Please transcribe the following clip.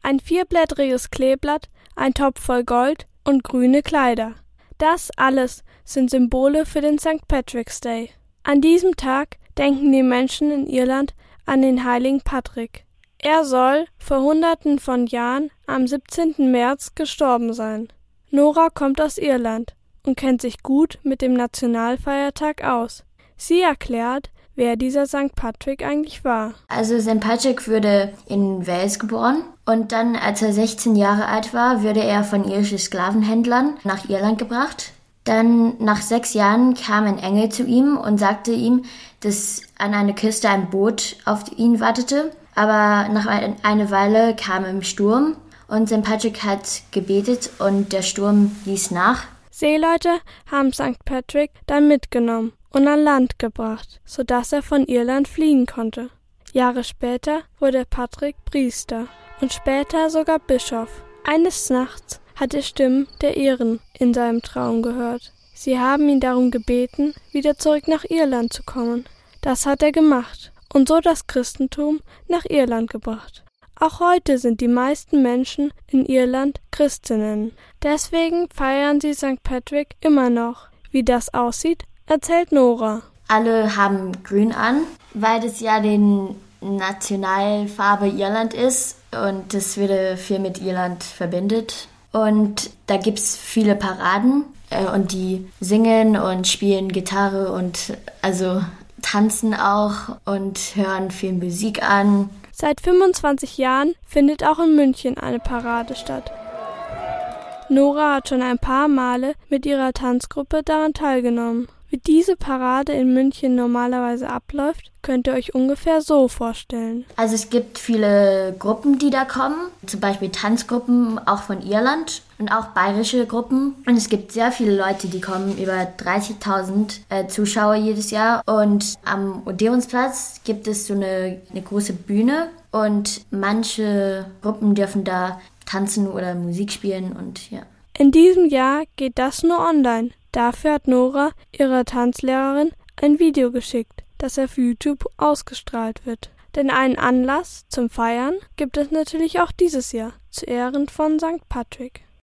ein 4-blättriges Kleeblatt, ein Topf voll Gold und grüne Kleider. Das alles sind Symbole für den St. Patrick's Day. An diesem Tag denken die Menschen in Irland an den heiligen Patrick. Er soll vor Hunderten von Jahren am 17. März gestorben sein. Nora kommt aus Irland und kennt sich gut mit dem Nationalfeiertag aus. Sie erklärt, wer dieser St. Patrick eigentlich war. Also St. Patrick wurde in Wales geboren und dann, als er 16 Jahre alt war, wurde er von irischen Sklavenhändlern nach Irland gebracht. Dann nach 6 Jahren kam ein Engel zu ihm und sagte ihm, dass an einer Küste ein Boot auf ihn wartete. Aber nach einer Weile kam ein Sturm und St. Patrick hat gebetet und der Sturm ließ nach. Seeleute haben St. Patrick dann mitgenommen und an Land gebracht, sodass er von Irland fliehen konnte. Jahre später wurde Patrick Priester und später sogar Bischof. Eines Nachts hat er Stimmen der Iren in seinem Traum gehört. Sie haben ihn darum gebeten, wieder zurück nach Irland zu kommen. Das hat er gemacht und so das Christentum nach Irland gebracht. Auch heute sind die meisten Menschen in Irland Christinnen. Deswegen feiern sie St. Patrick immer noch. Wie das aussieht, erzählt Nora. Alle haben grün an, weil das ja die Nationalfarbe Irland ist und das wird viel mit Irland verbindet. Und da gibt's viele Paraden und die singen und spielen Gitarre und also tanzen auch und hören viel Musik an. Seit 25 Jahren findet auch in München eine Parade statt. Nora hat schon ein paar Male mit ihrer Tanzgruppe daran teilgenommen. Wie diese Parade in München normalerweise abläuft, könnt ihr euch ungefähr so vorstellen. Also es gibt viele Gruppen, die da kommen, zum Beispiel Tanzgruppen auch von Irland und auch bayerische Gruppen. Und es gibt sehr viele Leute, die kommen, über 30.000 Zuschauer jedes Jahr. Und am Odeonsplatz gibt es so eine große Bühne und manche Gruppen dürfen da tanzen oder Musik spielen und ja. In diesem Jahr geht das nur online. Dafür hat Nora ihrer Tanzlehrerin ein Video geschickt, das auf YouTube ausgestrahlt wird. Denn einen Anlass zum Feiern gibt es natürlich auch dieses Jahr, zu Ehren von St. Patrick.